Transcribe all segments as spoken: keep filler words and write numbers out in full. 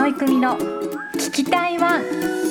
野郁美の聞き台湾。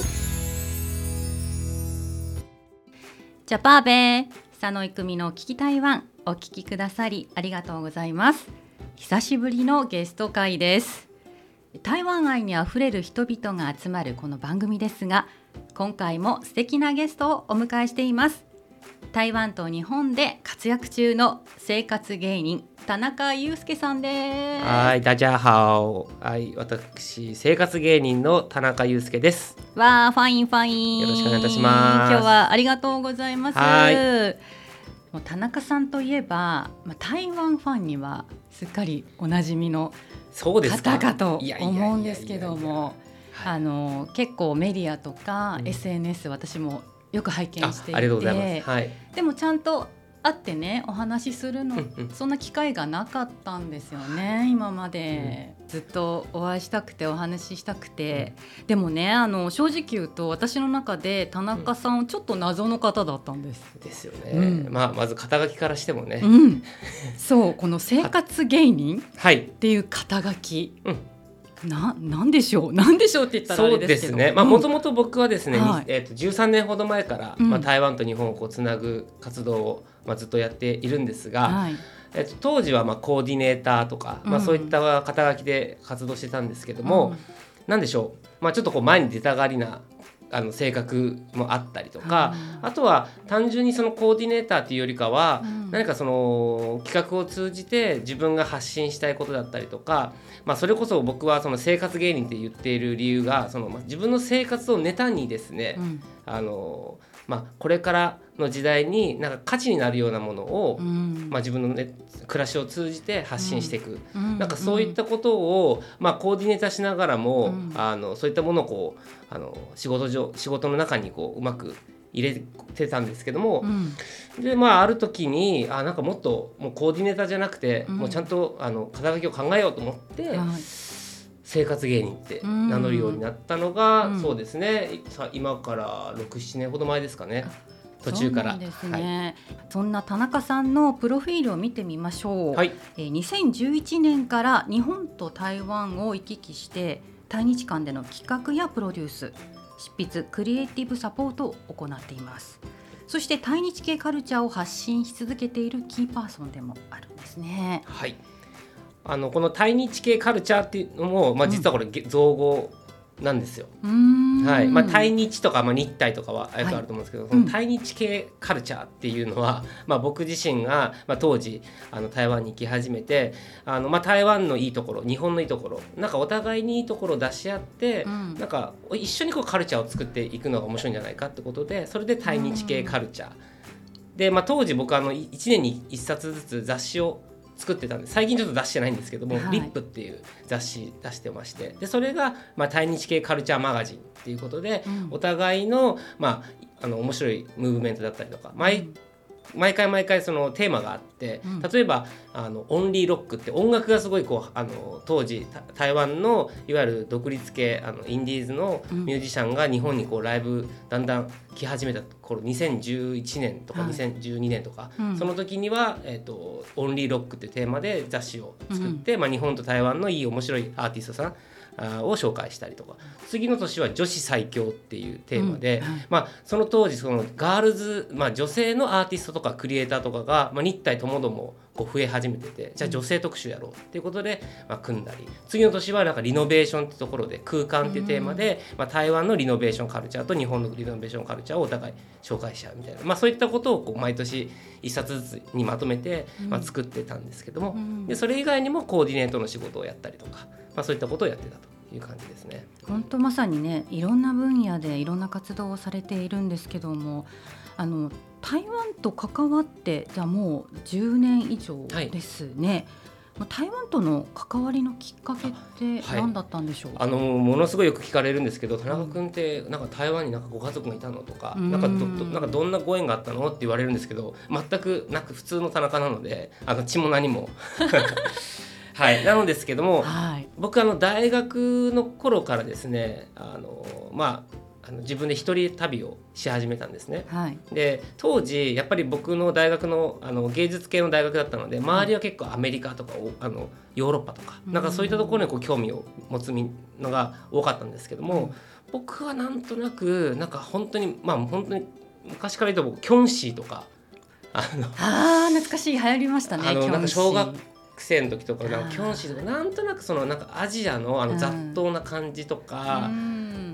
ジャパーベー佐野郁美の聞き台湾、お聞きくださりありがとうございます。久しぶりのゲスト会です。台湾愛にあふれる人々が集まるこの番組ですが、今回も素敵なゲストをお迎えしています。台湾と日本で活躍中の生活芸人田中佑介さんです。 はい、大家好。はい、私生活芸人の田中佑介です。 わー、ファインファイン。 よろしくお願いいたします。 今日はありがとうございます。 はい、 もう田中さんといえば、まあ、台湾ファンにはすっかりおなじみの方かと思うんですけども、あの結構メディアとか エスエヌエス、うん、私もよく拝見していて、 あ, ありがとうございます、はい、でもちゃんと会ってねお話しするの、うんうん、そんな機会がなかったんですよね今まで、うん、ずっとお会いしたくてお話ししたくて、うん、でもねあの正直言うと私の中で田中さん、うん、ちょっと謎の方だったんですですよね、うん、まあ、まず肩書きからしてもね、 うん、そうこの生活芸人っていう肩書き、はい、うんな, なんでしょうなんでしょうって言ったらあれですけど、そうですね、 もともと僕はですね、はい、えー、とじゅうさんねんほど前から、うんまあ、台湾と日本をこうつなぐ活動を、まあ、ずっとやっているんですが、はい、えー、と当時はまあコーディネーターとか、うんまあ、そういった肩書きで活動してたんですけども、うん、なんでしょう、まあ、ちょっとこう前に出たがりなあの性格もあったりとか、うん、あとは単純にそのコーディネーターというよりかは、うん、何かその企画を通じて自分が発信したいことだったりとか、まあ、それこそ僕はその生活芸人って言っている理由がその、まあ、自分の生活をネタにですね、うん、あのまあ、これからの時代になんか価値になるようなものを、うんまあ、自分の、ね、暮らしを通じて発信していく、うん、なんかそういったことを、まあ、コーディネーターしながらも、うん、あのそういったものをこうあの仕事上仕事の中にこううまく入れてたんですけども、うん、でまあある時にあなんかもっともうコーディネーターじゃなくて、うん、もうちゃんとあの肩書きを考えようと思って、はい、生活芸人って名乗るようになったのが、うん、そうですね今からろく、ななねんほど前ですかね。途中から。そうなんですね、はい、そんな田中さんのプロフィールを見てみましょう、はい、えー、にせんじゅういちねんから日本と台湾を行き来して対日間での企画やプロデュース、執筆、クリエイティブサポートを行っています。そして対日系カルチャーを発信し続けているキーパーソンでもあるんですね。 はい、あのこの対日系カルチャーっていうのも、まあ、実はこれ、うん、造語なんですよ。うーん、はいまあ、対日とか、まあ、日体とかはよくあると思うんですけど、はい、その対日系カルチャーっていうのは、うんまあ、僕自身が、まあ、当時あの台湾に行き始めてあの、まあ、台湾のいいところ日本のいいところなんかお互いにいいところを出し合って、うん、なんか一緒にこうカルチャーを作っていくのが面白いんじゃないかってことでそれで対日系カルチャーで、まあ、当時僕あのいちねんにいっさつずつ雑誌を作ってたんで最近ちょっと出してないんですけども、はい、リップっていう雑誌出してましてでそれが、まあ、対日系カルチャーマガジンっていうことで、うん、お互いの、まあ、あの面白いムーブメントだったりとか毎、うん毎回毎回そのテーマがあって、うん、例えばあのオンリーロックって音楽がすごいこうあの当時台湾のいわゆる独立系あのインディーズのミュージシャンが日本にこうライブだんだん来始めた頃にせんじゅういちねんとかにせんじゅうにねんとか、はい、その時には、えーと、オンリーロックっていうテーマで雑誌を作って、うんまあ、日本と台湾のいい面白いアーティストさんを紹介したりとか次の年は女子最強っていうテーマで、うんはいまあ、その当時そのガールズ、まあ、女性のアーティストとかクリエイターとかが、まあ、日体ともどもこう増え始めててじゃあ女性特集やろうっていうことで、まあ、組んだり次の年はなんかリノベーションってところで空間っていうテーマで、まあ、台湾のリノベーションカルチャーと日本のリノベーションカルチャーをお互い紹介しちゃうみたいな、まあ、そういったことをこう毎年いっさつずつにまとめて、まあ、作ってたんですけども、でそれ以外にもコーディネートの仕事をやったりとか、まあ、そういったことをやってたという感じですね。 本当まさにねいろんな分野でいろんな活動をされているんですけどもあの台湾と関わってじゃあもうじゅうねん以上ですね、はい、台湾との関わりのきっかけって何だったんでしょう。 はい、あのものすごいよく聞かれるんですけど田中君ってなんか台湾になんかご家族がいたのとか、うん、なんか ど, ど, なんかどんなご縁があったのって言われるんですけど全くなく普通の田中なのであの血も何もはい、なのですけども、はい、僕あの大学の頃からですねあの、まあ、 あの自分で一人旅をし始めたんですね、 はい、 で当時やっぱり僕の大学 の, あの芸術系の大学だったので周りは結構アメリカとかあのヨーロッパとか、なんかそういったところにこう興味を持つのが多かったんですけども、うん、僕はなんとなくなんか本当にまあ本当に昔から言うとキョンシーとかあのあ懐かしい流行りましたね。 あのなんか小学生の時とかなんかキョンシーとかなんとなくそのなんかアジアのあの雑踏な感じとか、うん、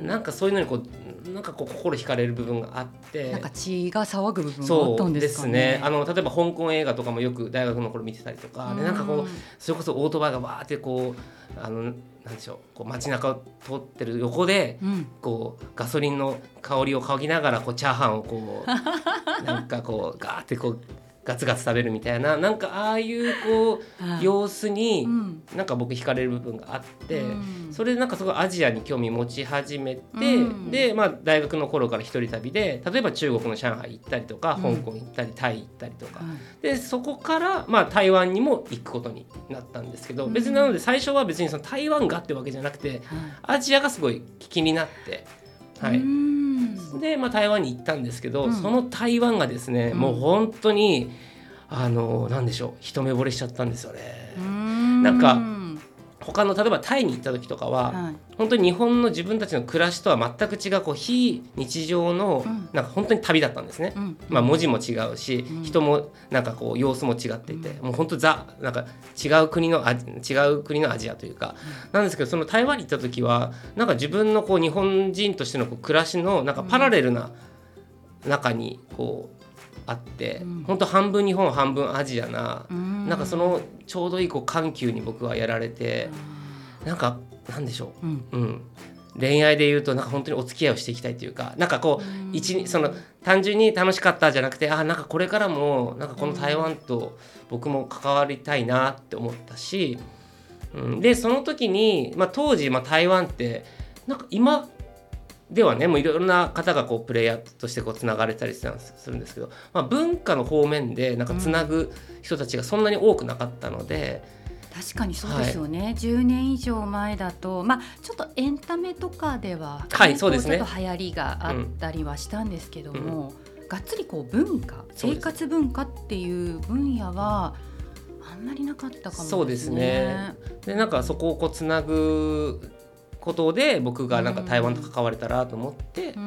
なんかそういうのにこうなんかこう心惹かれる部分があって、 なんか血が騒ぐ部分があったんですかね。そうですね。 あの例えば香港映画とかもよく大学の頃見てたりとか、うん、でなんかこうそれこそオートバイがわーってこうあのなんでしょう、こう街中を通ってる横で、うん、こうガソリンの香りを嗅ぎながらこうチャーハンをこうなんかこうガーってこうガツガツ食べるみたいな、なんかああいうこう様子になんか僕惹かれる部分があって、うん、それでなんかすごいアジアに興味持ち始めて、うん、でまあ大学の頃から一人旅で例えば中国の上海行ったりとか、うん、香港行ったりタイ行ったりとか、うん、でそこからまあ台湾にも行くことになったんですけど、別になので最初は別にその台湾がってわけじゃなくて、アジアがすごい気になって、はい、で、まあ、台湾に行ったんですけど、うん、その台湾がですね、うん、もう本当にあのなんでしょう、一目惚れしちゃったんですよね。んなんか他の例えばタイに行った時とかは、はい、本当に日本の自分たちの暮らしとは全く違うこう非日常の、うん、なんか本当に旅だったんですね、うんまあ、文字も違うし、うん、人もなんかこう様子も違っていて、うん、もう本当ザなんか違う国のアジ違う国のアジアというか、うん、なんですけど、その台湾に行った時はなんか自分のこう日本人としてのこう暮らしのなんかパラレルな中にこうあって、うん、本当半分日本半分アジアな、うん、なんかそのちょうどいいこう緩急に僕はやられて、うん、なんかなんでしょう、うんうん、恋愛でいうとなんか本当にお付き合いをしていきたいというか、なんかこう、うん、一その単純に楽しかったじゃなくて、あなんかこれからもなんかこの台湾と僕も関わりたいなって思ったし、うん、でその時に、まあ、当時、まあ、台湾ってなんか今ではねもういろんな方がこうプレイヤーとしてこうつながれたりするんですけど、まあ、文化の方面でなんかつなぐ人たちがそんなに多くなかったので、 うん、確かにそうですよね、はい、じゅうねん以上前だと、まあ、ちょっとエンタメとかでは、 はい、そうですね、 ちょっと流行りがあったりはしたんですけども、うんうん、がっつりこう文化生活文化っていう分野はあんまりなかったかもですね。 そうですね。でなんかそこをこうつなぐことで僕がなんか台湾と関われたらと思って、うん、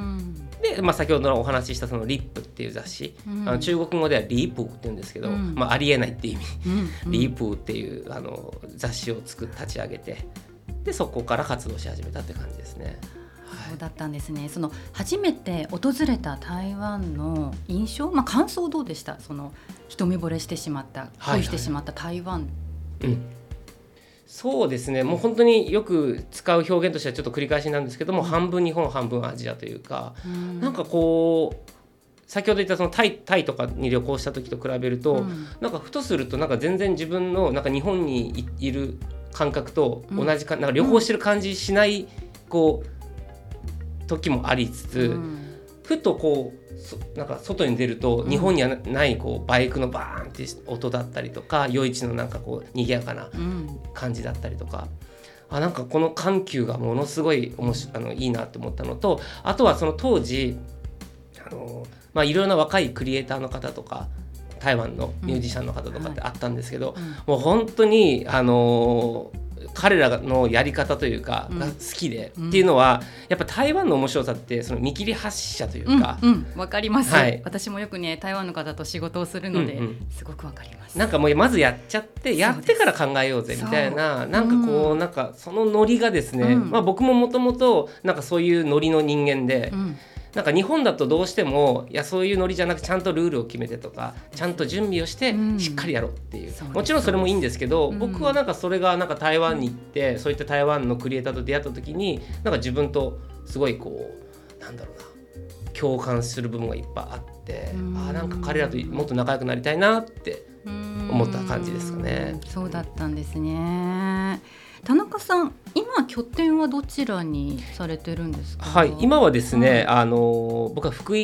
で、まあ、先ほどのお話ししたそのリップっていう雑誌、うん、あの中国語ではリープーって言うんですけど、うんまあ、ありえないっていう意味、うん、リープーっていうあの雑誌を作っ立ち上げて、でそこから活動し始めたって感じですね。 そうだったんですね。その初めて訪れた台湾の印象、まあ、感想どうでした？その一目惚れしてしまった恋してしまった台湾、はいはいうんそうですね、もう本当によく使う表現としてはちょっと繰り返しなんですけども、うん、半分日本半分アジアというか、うん、なんかこう先ほど言ったそのタイ、タイとかに旅行した時と比べると、うん、なんかふとするとなんか全然自分のなんか日本に い, いる感覚と同じか、うん、なんか旅行してる感じしないこう時もありつつ、うん、ふとこうなんか外に出ると日本にはないこうバイクのバーンって音だったりとか、夜市のなんかこう賑やかな感じだったりとか、あなんかこの緩急がものすごい面白い、あのいいなって思ったのと、あとはその当時あの、まあ、いろいろな若いクリエイターの方とか台湾のミュージシャンの方とかってあったんですけど、うんはい、もう本当にあの彼らのやり方というかが好きで、うん、っていうのはやっぱ台湾の面白さってその見切り発車というか、 うんうん、分かります、はい、私もよくね台湾の方と仕事をするので、うんうん、すごく分かります。 なんかもうまずやっちゃってやってから考えようぜみたいな、なんかこう、うん、なんかそのノリがですね、うんまあ、僕ももともとなんかそういうノリの人間で、うんなんか日本だとどうしてもいやそういうノリじゃなくちゃんとルールを決めてとかちゃんと準備をしてしっかりやろうっていう、うん、もちろんそれもいいんですけど、うん、僕はなんかそれがなんか台湾に行ってそういった台湾のクリエイターと出会った時になんか自分とすごいこうなんだろうな共感する部分がいっぱいあって、うん、あなんか彼らともっと仲良くなりたいなって思った感じですかね。 うんそうだったんですね。田中さん今拠点はどちらにされてるんですか？ はい今はですね、うん、あの僕は福井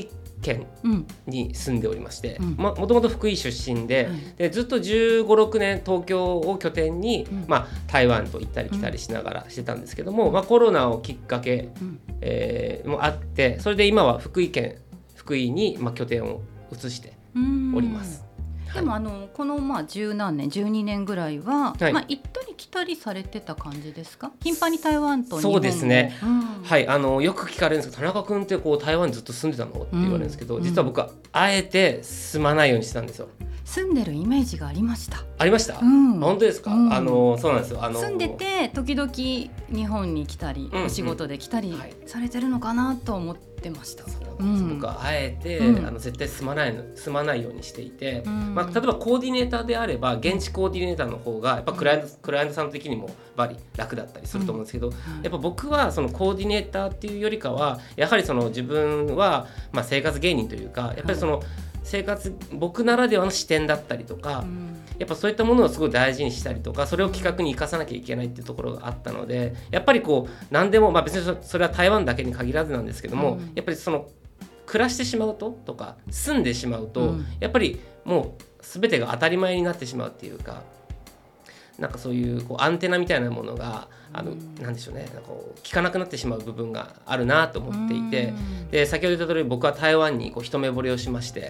県に住んでおりまして、うん、もともと福井出身 で,、うん、でずっとじゅうご、ろくねん東京を拠点に、うんまあ、台湾と行ったり来たりしながらしてたんですけども、うんまあ、コロナをきっかけ、うんえー、もあって、それで今は福井県福井に、まあ、拠点を移しております。 でもあのこのまあ十何年じゅうにねんぐらいは、はいまあ、行ったり来たりされてた感じですか？頻繁に台湾と日本も。 そうですね、うんはいあのよく聞かれるんですけど、田中君ってこう台湾にずっと住んでたのって言われるんですけど、うん、実は僕はあえて住まないようにしてたんですよ。 住んでるイメージがありました。 ありました、うん、本当ですか、うん、あのそうなんですよ。あの住んでて時々日本に来たり、うん、お仕事で来たりされてるのかなと思ってました。 うん、僕はあえて、うん、あの絶対住まないの住まないようにしていて、うんまあ、例えばコーディネーターであれば現地コーディネーターの方がやっぱクライアント、クライアントさん的にもやっぱり楽だったりすると思うんですけど、うん、やっぱ僕はそのコーディネーターっていうよりかはやはりその自分はまあ生活芸人というか、やっぱりその生活僕ならではの視点だったりとか、うん、やっぱそういったものをすごい大事にしたりとか、それを企画に生かさなきゃいけないっていうところがあったので、やっぱりこう何でも、まあ、別にそれは台湾だけに限らずなんですけども、うん、やっぱりその暮らしてしまうととか住んでしまうと、うん、やっぱりもう全てが当たり前になってしまうっていうか、なんかそういう、こうアンテナみたいなものがあの、うん、なんでしょうね、なんかこう効かなくなってしまう部分があるなと思っていて、うん、で先ほど言った通り僕は台湾にこう一目惚れをしまして、はい、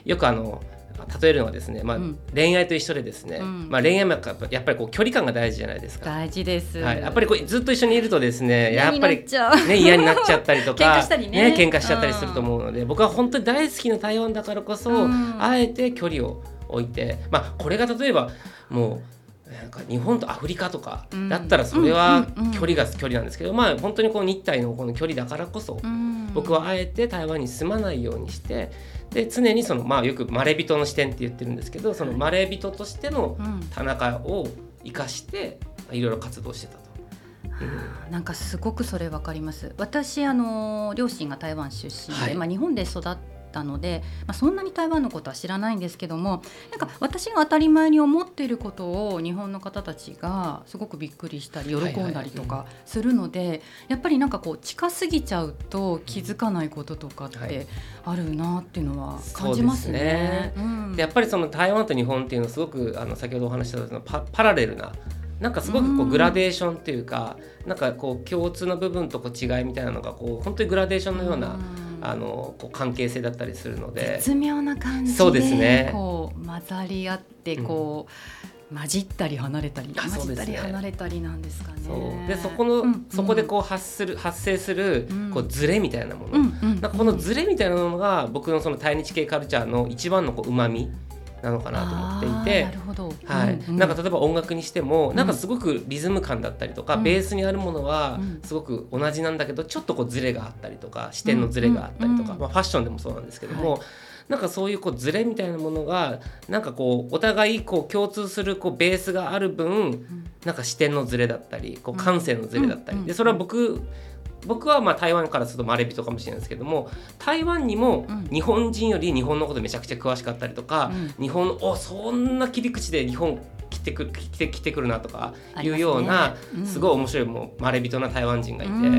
よくあの例えるのはですね、まあうん、恋愛と一緒でですね、うんまあ、恋愛もやっぱりこう距離感が大事じゃないですか。 大事です、 はい、やっぱりこうずっと一緒にいるとですね、やっぱり、 ね、 嫌になっちゃったりとか喧嘩したりね、 ね喧嘩しちゃったりすると思うので、うん、僕は本当に大好きな台湾だからこそ、うん、あえて距離を置いて、まあ、これが例えばもうなんか日本とアフリカとかだったらそれは距離が距離なんですけど、まあ本当にこう日体のこの距離だからこそ僕はあえて台湾に住まないようにして、で常にその、まあ、よくまれびとの視点って言ってるんですけど、そのまれびととしての田中を生かしていろいろ活動してたと。 うん、なんかすごくそれ分かります。私あの両親が台湾出身で、はいまあ、日本で育ったので、まあ、そんなに台湾のことは知らないんですけども、なんか私が当たり前に思っていることを日本の方たちがすごくびっくりしたり喜んだりとかするので、はいはいはい、やっぱりなんかこう近すぎちゃうと気づかないこととかってあるなっていうのは感じますね。 そうですね、うん、でやっぱりその台湾と日本っていうのはすごくあの先ほどお話しした パ, パラレルななんかすごくこうグラデーションっていうか、うん、なんかこう共通の部分とこう違いみたいなのがこう本当にグラデーションのような、うんあのこう関係性だったりするので、 絶妙な感じでそうですね、 こう混ざり合ってこう、うん、混じったり離れたり、混じったり離れたりなんですかね。 そうで そ, この、うん、そこでこう 発, する発生するこうズレみたいなもの、うん、なんかこのズレみたいなものが僕のその対日系カルチャーの一番のこう旨味なのかなと思っていて、 なるほど、 はいうんうん、 なんか例えば音楽にしてもなんかすごくリズム感だったりとか、うん、ベースにあるものはすごく同じなんだけどちょっとこうズレがあったりとか視点のズレがあったりとか、うんうんまあ、ファッションでもそうなんですけども、はい、なんかそういうこうズレみたいなものがなんかこうお互いこう共通するこうベースがある分、うん、なんか視点のズレだったりこう感性のズレだったり、うん、でそれは僕僕はまあ台湾からするとまれびとかもしれないですけども、台湾にも日本人より日本のことめちゃくちゃ詳しかったりとか、うん、日本おそんな切り口で日本来てくる、来て、来てくるなとかいうような、ねうん、すごい面白いもうまれびとな台湾人がいて、うんうん、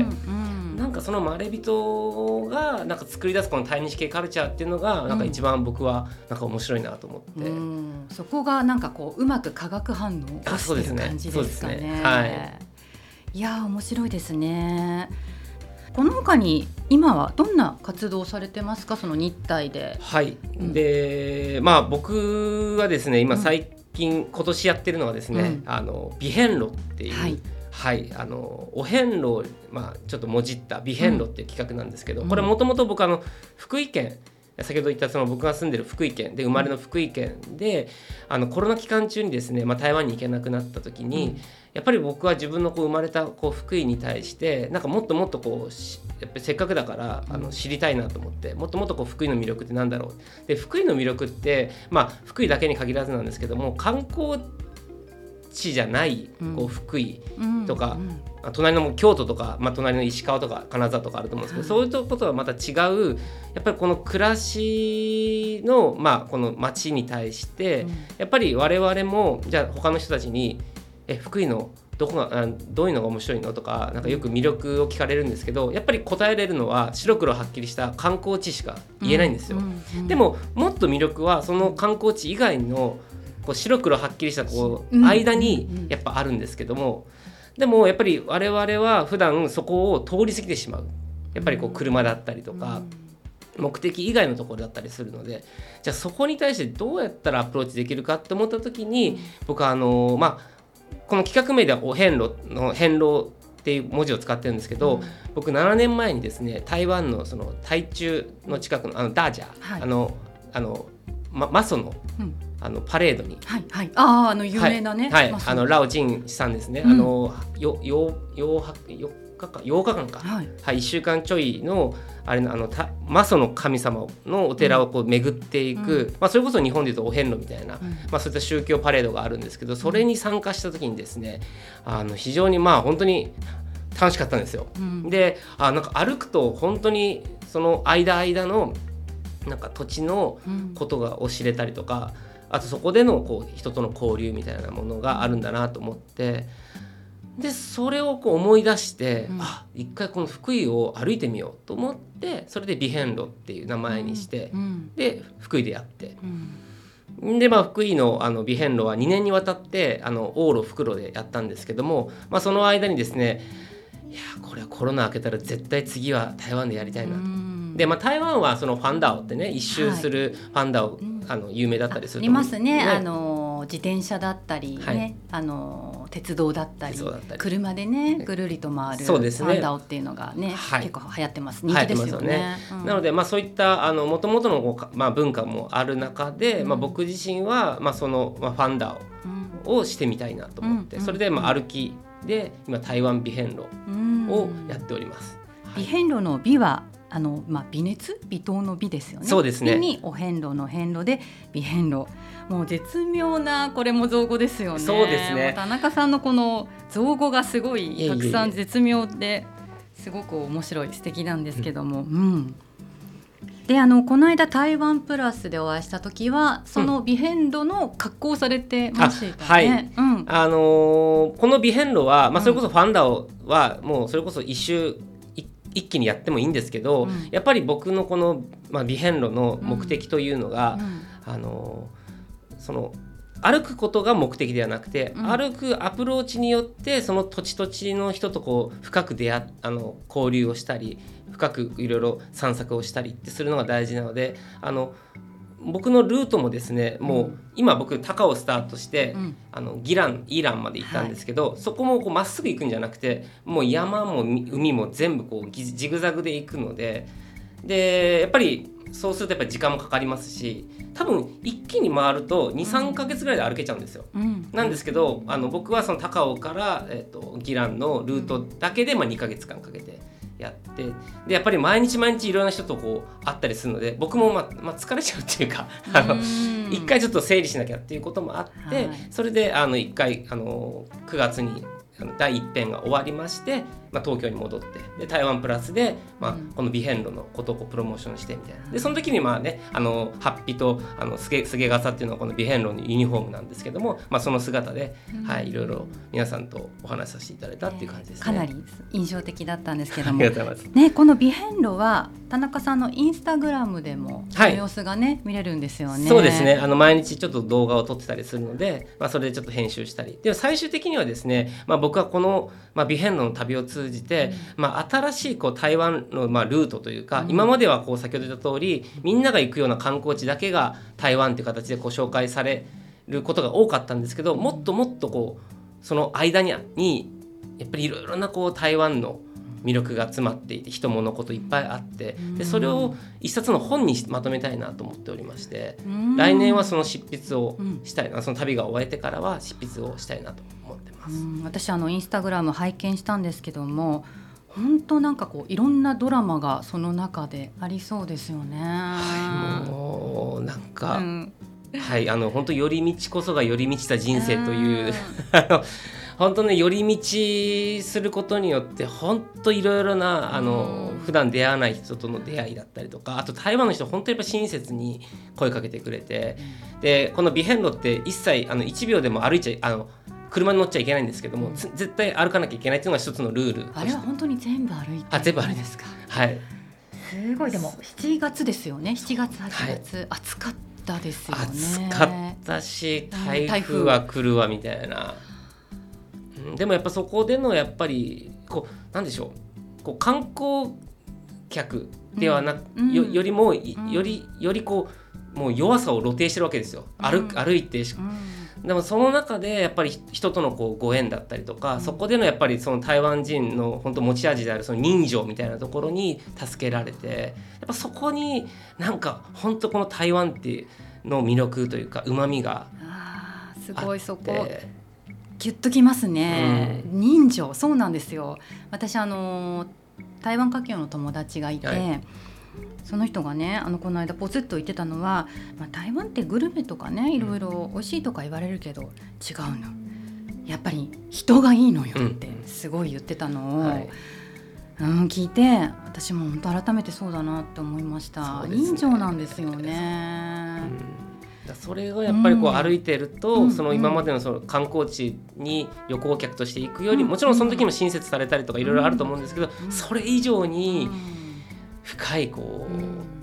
なんかそのまれびとがなんか作り出すこの対日系カルチャーっていうのがなんか一番僕はなんか面白いなと思って、うん、 そこがなんかこううまく化学反応を起こしてる感じですかね。そうですね、はい、いや面白いですね。この他に今はどんな活動をされてますか、その日体で。 はい、うん、でまあ僕はですね今最近、うん、今年やってるのはですね、うん、あの美遍路っていう、はいはい、あのお遍路、まあ、ちょっともじった美遍路っていう企画なんですけど、うん、これもともと僕あの福井県先ほど言ったその僕が住んでる福井県で生まれの福井県であのコロナ期間中にですね、まあ、台湾に行けなくなった時に、うん、やっぱり僕は自分のこう生まれたこう福井に対してなんかもっともっとこうやっぱりせっかくだからあの知りたいなと思ってもっともっとこう福井の魅力ってなんだろうで福井の魅力って、まあ、福井だけに限らずなんですけども観光地じゃないこう福井とか、うんうんうん、隣の京都とか、まあ、隣の石川とか金沢とかあると思うんですけど、はい、そういうことはまた違うやっぱりこの暮らしの、まあ、この街に対して、うん、やっぱり我々もじゃあ他の人たちにえ福井のどこがどういうのが面白いのとか、なんかよく魅力を聞かれるんですけど、やっぱり答えれるのは白黒はっきりした観光地しか言えないんですよ、うんうんうん、でももっと魅力はその観光地以外のこう白黒はっきりしたこう間にやっぱあるんですけども、でもやっぱり我々は普段そこを通り過ぎてしまう、やっぱりこう車だったりとか目的以外のところだったりするので、じゃあそこに対してどうやったらアプローチできるかって思った時に、僕はあのまあこの企画名ではお遍路の遍路っていう文字を使ってるんですけど、うん、僕ななねんまえにですね、台湾のその台中の近くのあのダージャー、はい、あのあの、ま、マソの、うん、あのパレードに、 はいはい、ああ、あの有名なね、 はいはい、あのラオジンさんですね、うん、あのよよよよよっかかようかかんか、はいはい、いっしゅうかんちょいのあれのあのマソの神様のお寺をこう巡っていく、うんまあ、それこそ日本でいうとお遍路みたいな、うんまあ、そういった宗教パレードがあるんですけど、それに参加した時にですね、あの非常にまあ本当に楽しかったんですよ、うん、であなんか歩くと本当にその間間のなんか土地のことがを知れたりとか、うん、あとそこでのこう人との交流みたいなものがあるんだなと思って、でそれをこう思い出して、うん、あ一回この福井を歩いてみようと思って、それで美遍路っていう名前にして、うんうん、で福井でやって、うん、でまあ福井のあの美遍路はにねんにわたってあの往路復路でやったんですけども、まあ、その間にですね、いやこれはコロナ明けたら絶対次は台湾でやりたいなと、うん、でまあ台湾はそのファンダオってね、一周するファンダオ、はい、あの有名だったりすると思う、 ありますね、あの自転車だったり、ねはい、あの鉄道だったり車でねぐるりと回るファンダオっていうのがね、はい、結構流行ってます、人気ですよね、 うん、なので、まあ、そういったもともとの、まあ、文化もある中で、うんまあ、僕自身は、まあそのまあ、ファンダオをしてみたいなと思って、うん、それで、まあ、歩きで今台湾美遍路をやっております、 うんはい、美遍路の美はあの、まあ、微熱微糖の美ですよね。 そうですね。 美にお遍路の遍路で美遍路、もう絶妙なこれも造語ですよね。 そうですね。 田中さんのこの造語がすごいたくさん絶妙ですごく面白い素敵なんですけども、うん、であのこの間台湾プラスでお会いした時はその美遍路の格好をされてましたね、うん、 はい、うん、あのー、この美遍路は、まあ、それこそファンダオはもうそれこそ一周一気にやってもいいんですけど、うん、やっぱり僕のこの、まあ、美遍路の目的というのが、うん、あのその歩くことが目的ではなくて、うん、歩くアプローチによってその土地土地の人とこう深く出会あの交流をしたり深くいろいろ散策をしたりってするのが大事なので、あの僕のルートもですね、もう今僕高尾スタートして、うん、あのギランイランまで行ったんですけど、はい、そこもこうまっすぐ行くんじゃなくて、もう山も海も全部こうジグザグで行くので、でやっぱりそうするとやっぱり時間もかかりますし、多分一気に回ると にさんかげつぐらいで歩けちゃうんですよ、うん、なんですけどあの僕はその高尾から、えーと、ギランのルートだけでまあにかげつかんかけてやって、でやっぱり毎日毎日いろんな人とこう会ったりするので、僕も、まあまあ、疲れちゃうっていうかあの一回ちょっと整理しなきゃっていうこともあって、はい、それであの一回あのくがつにあのだいいっぺんが終わりまして、まあ、東京に戻って、で台湾プラスで、まあ、この美遍路のことをこうプロモーションしてみたいな、でその時にまあね、あのハッピとあのすげすげ傘っていうのはこの美遍路のユニフォームなんですけども、まあ、その姿で、はい、いろいろ皆さんとお話しさせていただいたっていう感じですね。 かなり印象的だったんですけどもありがとうございます、 ね、この美遍路は田中さんのインスタグラムでもその様子がね、はい、見れるんですよね。 そうですね、あの毎日ちょっと動画を撮ってたりするので、まあ、それでちょっと編集したりで、最終的にはですね、まあ、僕はこの、まあ、美遍路の旅を通じて、うんまあ、新しいこう台湾のまあルートというか、うん、今まではこう先ほど言った通りみんなが行くような観光地だけが台湾という形でこう紹介されることが多かったんですけど、もっともっとこうその間ににやっぱりいろいろなこう台湾の魅力が詰まっていて、人物こといっぱいあって、でそれを一冊の本にまとめたいなと思っておりまして、来年はその執筆をしたいな、その旅が終えてからは執筆をしたいなと思ってます。 私あのインスタグラム拝見したんですけども、本当なんかこういろんなドラマがその中でありそうですよね。 はい、もうなんか、うん、はいあの本当寄り道こそが寄り道した人生というあの本当ね寄り道することによって本当いろいろなあの、うん、普段出会わない人との出会いだったりとか、あと台湾の人本当にやっぱ親切に声かけてくれて、うん、でこの美遍路って一切あのいちびょうでも歩いちゃあの車に乗っちゃいけないんですけども、うん、絶対歩かなきゃいけないっていうのが一つのルール。 あれは本当に全部歩いてあ全部歩いてですか。はい。 すごい。でもしちがつですよね。しちがつはちがつ、はい、暑かったですよね。 暑かったし台風は来るわみたいな、うん、でもやっぱそこでのやっぱりこうなんでしょう、こう観光客ではなく、うん、よ, よりも、うん、よりよりこうもう弱さを露呈してるわけですよ。 歩, 歩いてし、うん、でもその中でやっぱり人とのこうご縁だったりとか、うん、そこでのやっぱりその台湾人の本当持ち味であるその人情みたいなところに助けられて、やっぱそこになんか本当この台湾っていうの魅力というか旨味があって、すごいそこギュッときますね、うん、人情。そうなんですよ。私あの台湾華僑の友達がいて、はい、その人がねあのこの間ポツッと言ってたのは、まあ、台湾ってグルメとかねいろいろ美味しいとか言われるけど違うの、やっぱり人がいいのよってすごい言ってたのを、うんはいうん、聞いて私も本当改めてそうだなって思いました、ね、人情なんですよね、 うん、それがやっぱりこう歩いてると、うん、その今までのその観光地に旅行客として行くより、うん、もちろんその時も親切されたりとかいろいろあると思うんですけど、うん、それ以上に深いこう、うん、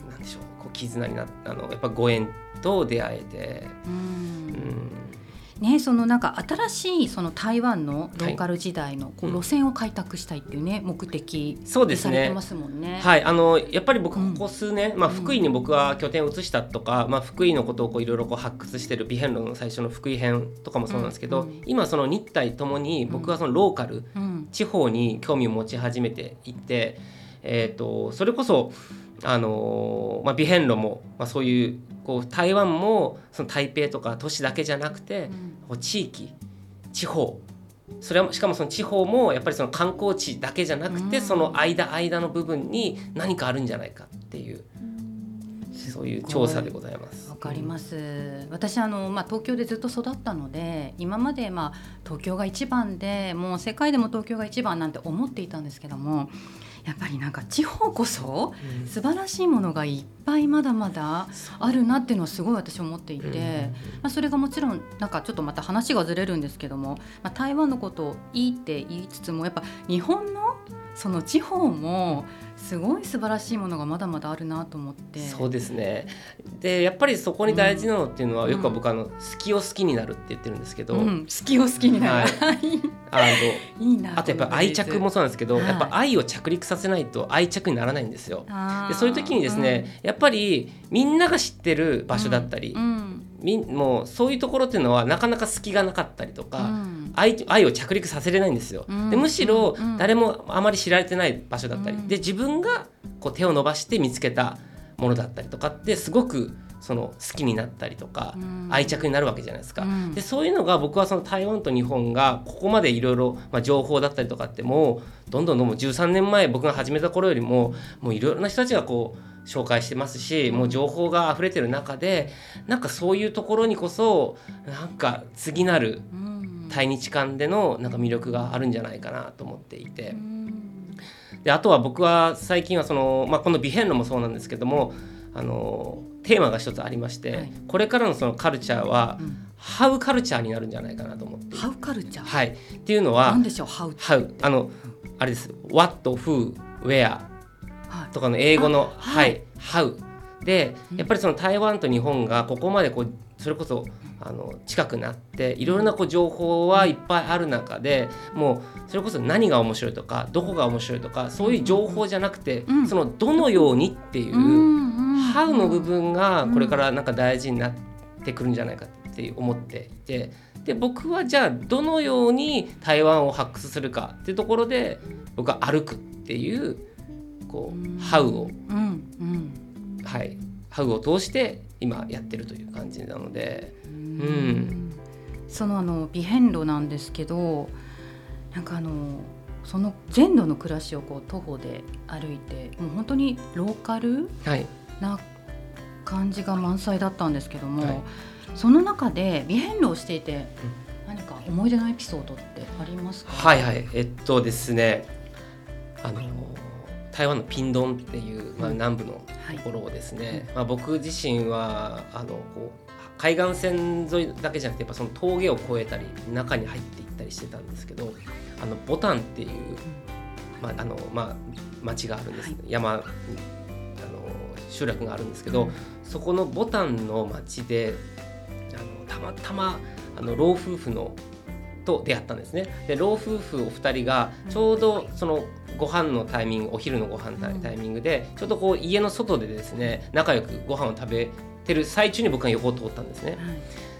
なんでしょう、こう絆になったあのやっぱご縁と出会えて、うんうんね、そのなんか新しいその台湾のローカル時代のこう路線を開拓したいっていうね、はい、目的にされてますもんね。 はい、あのやっぱり僕ここ数年、うんまあ、福井に僕は拠点を移したとか、うんまあ、福井のことをいろいろ発掘してるビヘンロの最初の福井編とかもそうなんですけど、うんうん、今その日台ともに僕はそのローカル、うん、地方に興味を持ち始めていて、えーと、それこそあのーまあ、ビヘンロも、まあ、そういうこう台湾もその台北とか都市だけじゃなくて、うん、地域地方それはしかもその地方もやっぱりその観光地だけじゃなくて、うん、その間間の部分に何かあるんじゃないかっていう、そういう調査でございます。 わかります、うん、私あの、まあ、東京でずっと育ったので今まで、まあ、東京が一番でもう世界でも東京が一番なんて思っていたんですけども、やっぱりなんか地方こそ素晴らしいものがいっぱいまだまだあるなっていうのはすごい私思っていて、まあ、それがもちろんなんかちょっとまた話がずれるんですけども、まあ、台湾のことをいいって言いつつもやっぱ日本のその地方もすごい素晴らしいものがまだまだあるなと思って。 そうですね。でやっぱりそこに大事なのっていうのは、うん、よくは僕あの好きを好きになるって言ってるんですけど、うん、 好きを好きになる、はい、 あのいいな。あとやっぱ愛着もそうなんですけど、はい、やっぱ愛を着陸させないと愛着にならないんですよ。でそういう時にですね、うん、やっぱりみんなが知ってる場所だったり、うんうんみもうそういうところっていうのはなかなか隙がなかったりとか、うん、愛, 愛を着陸させれないんですよ、うん、でむしろ誰もあまり知られてない場所だったり、うん、で自分がこう手を伸ばして見つけたものだったりとかってすごくその好きになったりとか、うん、愛着になるわけじゃないですか、うん、でそういうのが僕はその台湾と日本がここまでいろいろ情報だったりとかってもうどんどんどんどんじゅうさんねんまえ僕が始めた頃よりももういろいろな人たちがこう紹介してますし、もう情報が溢れてる中でなんかそういうところにこそなんか次なる対日間でのなんか魅力があるんじゃないかなと思っていて、であとは僕は最近はその、まあ、このビヘンロもそうなんですけどもあのテーマが一つありまして、はい、これからのそのカルチャーは、うん、ハウカルチャーになるんじゃないかなと思って。 ハウカルチャー、 はい、っていうのは何でしょう。ハウハウあのあれです What, Who, Whereとかの英語のはい、How でやっぱりその台湾と日本がここまでこうそれこそあの近くなっていろいろなこう情報はいっぱいある中でもうそれこそ何が面白いとかどこが面白いとかそういう情報じゃなくてそのどのようにっていう How の部分がこれからなんか大事になってくるんじゃないかって思っていて、で僕はじゃあどのように台湾を発掘するかっていうところで僕は歩くっていうこうハウを、うんうんはい、ハウを通して今やってるという感じなので、うんうん、 そのあのビヘンロなんですけどなんかあのその全土の暮らしをこう徒歩で歩いてもう本当にローカルな感じが満載だったんですけども、はい、その中でビヘンロをしていて何か思い出のエピソードってありますか？ はいはいえっとですねあの台湾のピンドンっていう、まあ、南部のところをですね、うんまあ、僕自身はあのこう海岸線沿いだけじゃなくてやっぱその峠を越えたり中に入っていったりしてたんですけど、あのボタンっていう、まああのまあ、町があるんです、はい、山あの集落があるんですけど、うん、そこのボタンの町であのたまたまあの老夫婦のと出会ったんですね。で老夫婦お二人がちょうどそのご飯のタイミング、お昼のご飯のタイミングでちょっとこう家の外でですね仲良くご飯を食べてる最中に僕が横を通ったんですね、はい、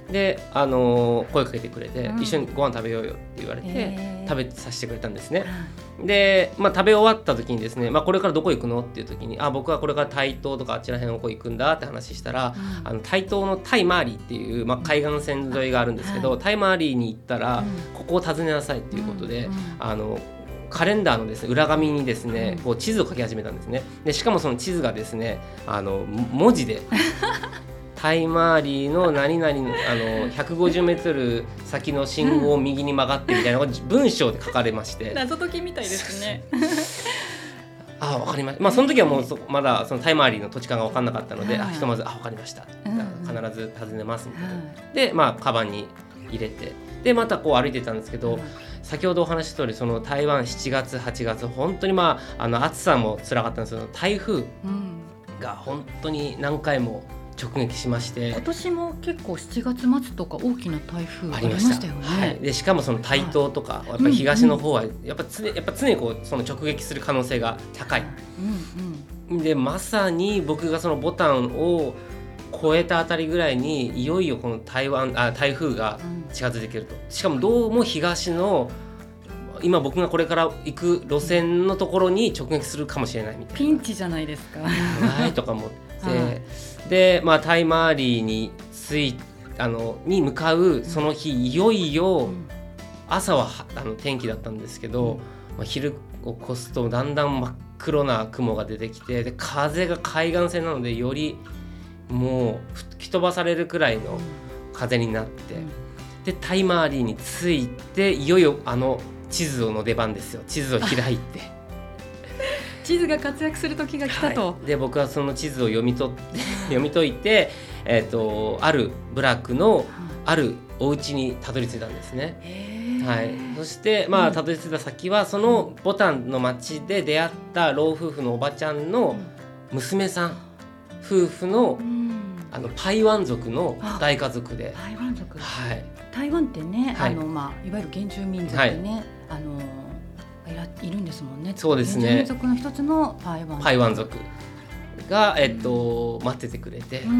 で、あのー、声かけてくれて、うん、一緒にご飯食べようよって言われて、えー、食べさせてくれたんですね、はい、で、まあ、食べ終わった時にですね、まあ、これからどこ行くのっていう時に、あ僕はこれから台東とかあっちら辺をこう行くんだって話したら、うん、あの台東のタイマーリーっていう、まあ、海岸線沿いがあるんですけど、うん、タイマーリーに行ったら、うん、ここを訪ねなさいっていうことで、うんうん、あのカレンダーのですね裏紙にですねこう地図を書き始めたんですね。でしかもその地図がですねあの文字でタイマーリーの何々あのひゃくごじゅうメートル先の信号を右に曲がってみたいなのが文章で書かれまして謎解きみたいですねあ分かりました、まあ、その時はもうそまだそのタイマーリーの土地勘が分かんなかったので、はい、あひとまずあ分かりました、うん、必ず訪ねますみたいな、はい、でまあカバンに入れてでまたこう歩いてたんですけど、はい、先ほどお話しした通りその台湾しちがつはちがつ本当にまああの暑さも辛かったんですけど台風が本当に何回も直撃しまして、 今年も結構しちがつ末とか大きな台風ありましたよね。 はい、でしかもその台東とか、はい、やっぱり東の方はやっぱ常、やっぱ常にこうその直撃する可能性が高い、うんうん、でまさに僕がそのボタンを越えたあたりぐらいにいよいよこの台湾あ台風が近づいてくると、しかもどうも東の今僕がこれから行く路線のところに直撃するかもしれないみたいな、 ピンチじゃないですかはいとか思って、はい、で、まあ、タイマーリーに着いあのに向かうその日、うん、いよいよ朝はあの天気だったんですけど、うんまあ、昼を越すとだんだん真っ黒な雲が出てきて、で風が海岸線なのでよりもう吹き飛ばされるくらいの風になって、うん、でタイマーリーに着いていよいよあの地図の出番ですよ。地図を開いて地図が活躍する時が来たと、 はい、で僕はその地図を読み取って読み解いて、えーと、ある部落のあるお家にたどり着いたんですね。はい、そしてまあたどり着いた先はそのボタンの町で出会った老夫婦のおばちゃんの娘さん夫婦の、うん、あのパイワン族の大家族で、 パイワン族、 はい、 台湾ってね、はい、あのまあ、いわゆる原住民族ね、はい、あのいるんですもんね。 そうですね。 原住民族の一つのパイワン族、 パイワン族が、えっと、待っててくれて、うん、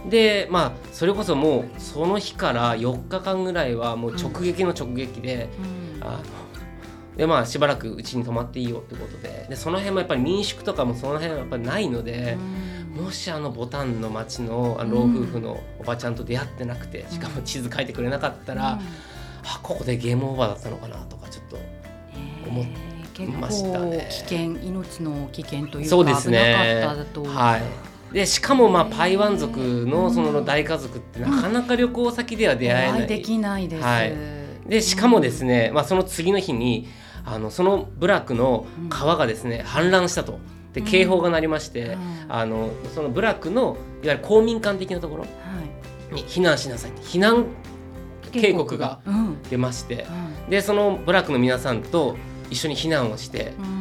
で、まあ、それこそもうその日からよっかかんぐらいはもう直撃の直撃で、うん、あのでまあ、しばらくうちに泊まっていいよってことで、でその辺もやっぱり民宿とかもその辺はやっぱりないので、うん、もしあのボタンの町のあの老夫婦のおばちゃんと出会ってなくて、しかも地図書いてくれなかったら、うん、あここでゲームオーバーだったのかなとかちょっと思ってましたね。 結構危険、命の危険というか危なかったと、 はい、でしかもまあパイワン族 の, その大家族ってなかなか旅行先では出会えない、うん、 できないです、 はい、でしかもですね、うんまあ、その次の日にあのその部落の川がですね、うん、氾濫したとで警報が鳴りまして、うん、あのその部落のいわゆる公民館的なところに避難しなさいって避難警告が出まして、うん、でその部落の皆さんと一緒に避難をして、うん、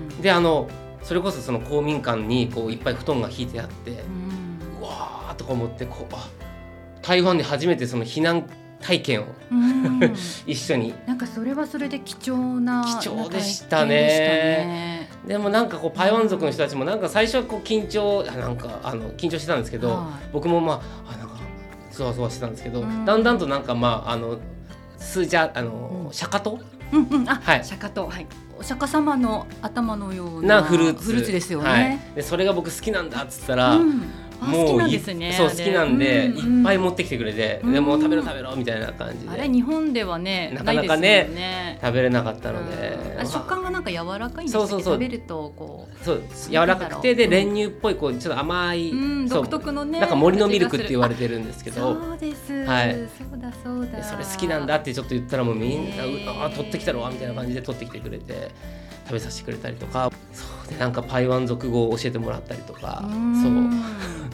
であのそれこそその公民館にこういっぱい布団が引いてあって、うん、うわーとか思ってこうあ台湾で初めてその避難体験を一緒に、 なんかそれはそれで貴重な貴重でしたね。でもなんかこうパイワン族の人たちもなんか最初はこう緊張なんかあの緊張してたんですけど、はい、僕もまああなんかそわそわしてたんですけど、だんだんとなんかまああのスージャあの、うん、釈迦と、 うんうん、あ、はい、釈迦と、はい、お釈迦様の頭のようなフルーツ、フルーツですよね、 はい、でそれが僕好きなんだっつったら、うんもう好きなんですね。 そう好きなんで、うんうん、いっぱい持ってきてくれて、でもう食べろ食べろみたいな感じで、 あれ日本ではねなかなか ね, ね食べれなかったので、 うん、食感がなんか柔らかいんですけど、そうそうそう食べるとこうそう柔らかくてで練乳っぽいこうちょっと甘い、うん、 独特のねなんか森のミルクって言われてるんですけど、 そうです、 はい、 そうだそうだ、 それ好きなんだってちょっと言ったらもうみんな、えー、あ取ってきたろみたいな感じで取ってきてくれて食べさせてくれたりとか、そうでなんかパイワン族語を教えてもらったりとか、そう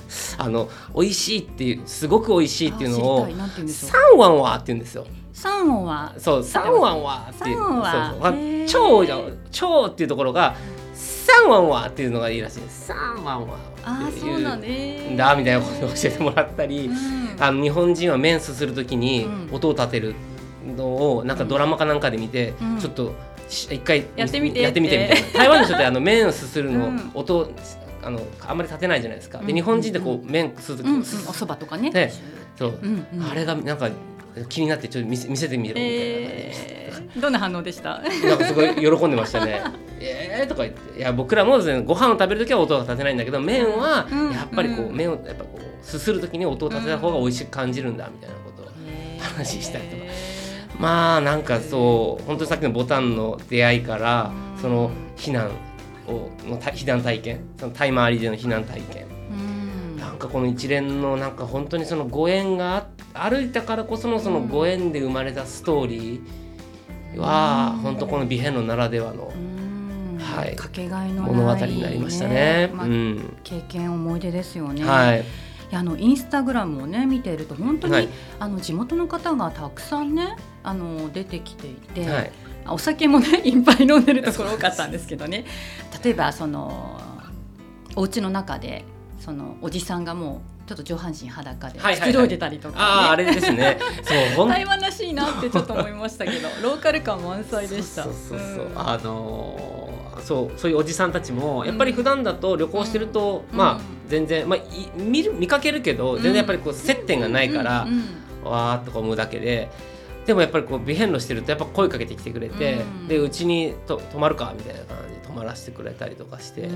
あの美味しいっていうすごく美味しいっていうのをサンワンワーって言うんですよ。 サンワーそうサンワンワーっていうそうそう超超っていうところがサンワンワーっていうのがいいらしいです。サンワンワーあーそうなんねだみたいなことを教えてもらったり、うん、あの日本人は麺すするときに音を立てるのをなんかドラマかなんかで見て、うん、ちょっと一回やってみてやってみてみたいな。台湾の人ってあの麺をすするの、うん、音あのあんまり立てないじゃないですか。で日本人ってこう麺すするとき、うんうん、お蕎麦とかね。 でそう、うんうん、あれがなんか気になってちょっと見せ、見せてみろみたいな感じで、 えー、どんな反応でした？ なんかすごい喜んでましたね。えーとか言っていや僕らもですねご飯を食べるときは音が立てないんだけど麺はやっぱりこう、うん、麺をやっぱこうすするときに音を立てた方が美味しく感じるんだみたいなことを話したりとか、まあなんかそう本当にさっきのボタンの出会いからその避難をの避難体験そのタイマーリでの避難体験なんかこの一連のなんか本当にそのご縁が歩いたからこそのそのご縁で生まれたストーリーは本当この美遍路ならではのはい、 かけがえのない、ね、 物語になりましたね、 まあうん、経験思い出ですよね、 はい、いやあのインスタグラムをね見ていると本当に、はい、あの地元の方がたくさんねあの出てきていて、はい、お酒もねいっぱい飲んでるところ多かったんですけどね例えばそのお家の中でそのおじさんがもうちょっと上半身裸でくつろいでたりとか、ねはいはいはい、あ, あれですねそう台湾らしいなってちょっと思いましたけどローカル感満載でした。 そうそうそうそう、うん、あのー、そうそういうおじさんたちもやっぱり普段だと旅行してると、うん、まあ全然、まあ、見る見かけるけど全然やっぱりこう接点がないから、うんうんうん、わーっと思うだけででもやっぱりこう美遍路してるとやっぱ声かけてきてくれて、うん、でうちにと泊まるかみたいな感じで泊まらせてくれたりとかして、うん、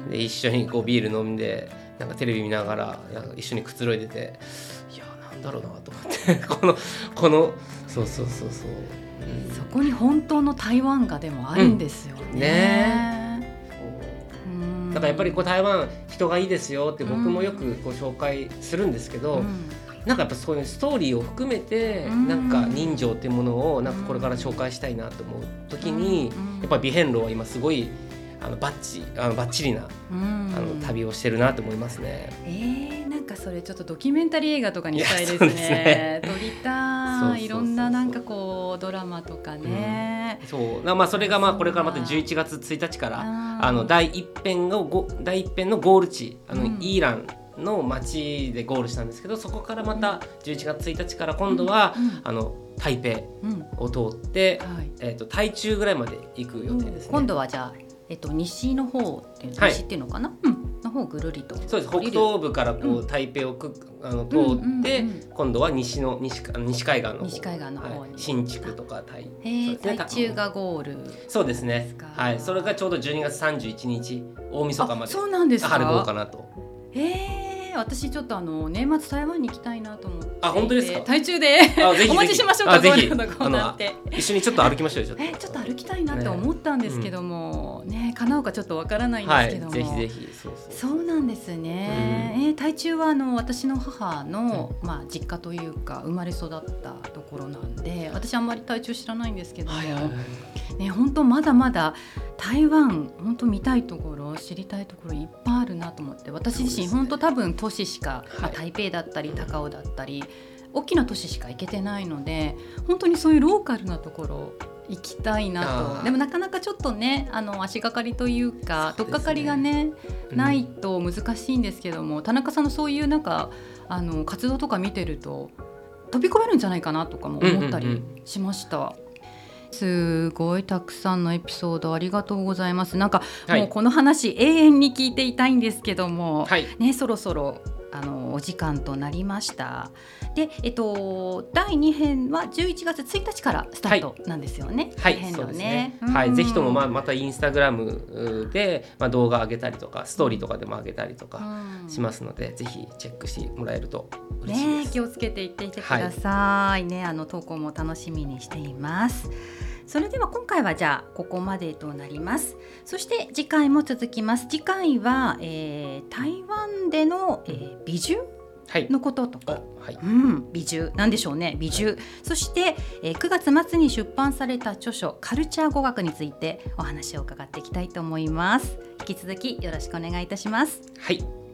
で一緒にこうビール飲んでなんかテレビ見ながらなんか一緒にくつろいでていやなんだろうなと思ってこのこのそうそうそうそう、 うん、そこに本当の台湾がでもあるんですよね、うん、ねうんだからやっぱりこう台湾人がいいですよって僕もよくご紹介するんですけど、うんなんかやっぱそういうストーリーを含めてなんか人情っていうものをなんかこれから紹介したいなと思う時にやっぱり美遍路は今すごいあのバッチあのバッチリなあの旅をしてるなと思いますね。 えー、なんかそれちょっとドキュメンタリー映画とかにしたいですね。ですね撮りたいいろんななんかこうドラマとかね。 うん、そうまあそれがまあこれからまたじゅういちがつついたちからあの第一編の第一編のゴール地あの、うん、イーランの街でゴールしたんですけどそこからまたじゅういちがつついたちから今度は、うんうん、あの台北を通って、うんはいえー、と台中ぐらいまで行く予定ですね。 今度はじゃあ、えー、と西の方っていうの、はい、西っていうのかな、うん、の方ぐるりとそうです北東部からこう、うん、台北をくあの通って、うんうんうん、今度は西の 西, 西海岸の方西海岸の方に、はい、 新竹とか台、 えーね、台中がゴールそうですねはい、それがちょうどじゅうにがつさんじゅういちにち大晦日までそうなんですか春号かなと。 えー私ちょっとあの年末台湾に行きたいなと思ってあ本当ですか台中でお待ちしましょうかぜひこうなって一緒にちょっと歩きましょうよちょっとえちょっと歩きたいなって思ったんですけども、ねうん、ね叶うかちょっとわからないんですけども、 はい、ぜひぜひそうそうそうなんですね、うんえー、台中はあの私の母の、うんまあ、実家というか生まれ育ったところなんで私あんまり台中知らないんですけども、はいはいはいね、本当まだまだ台湾本当見たいところ知りたいところいっぱいあるなと思って私自身本当多分都市しか、まあ、台北だったり高雄だったり大きな都市しか行けてないので本当にそういうローカルなところ行きたいなとでもなかなかちょっとねあの足がかりというか取っかかりがね、うん、ないと難しいんですけども田中さんのそういうなんかあの活動とか見てると飛び込めるんじゃないかなとかも思ったりしました、うんうんうんすごいたくさんのエピソードありがとうございます。なんかもうこの話、はい、永遠に聞いていたいんですけども、はいね、そろそろあのお時間となりました。で、えっと、だいに編はじゅういちがつついたちからスタートなんですよね。 はい、はい、そうですね、うんはい、ぜひとも ま, またインスタグラムで、まあ、動画上げたりとかストーリーとかでも上げたりとかしますので、うん、ぜひチェックしてもらえると嬉しいです、 ね、気をつけていっていてください、はいね、あの投稿も楽しみにしています。それでは今回はじゃあここまでとなります。そして次回も続きます。次回は、えー、台湾での、えー、美獣のこととか、はいうん、美獣なんでしょうね美獣、はい、そして、えー、くがつ末に出版された著書カルチャー語学についてお話を伺っていきたいと思います。引き続きよろしくお願いいたします。 はい、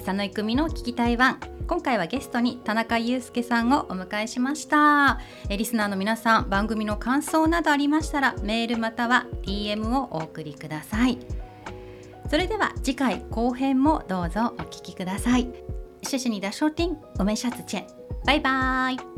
佐野郁美の聞き台湾。今回はゲストに田中裕介さんをお迎えしました。えリスナーの皆さん、番組の感想などありましたらメールまたは ディーエム をお送りください。それでは次回後編もどうぞお聞きください。谢谢你的收听，我们下次见，拜拜。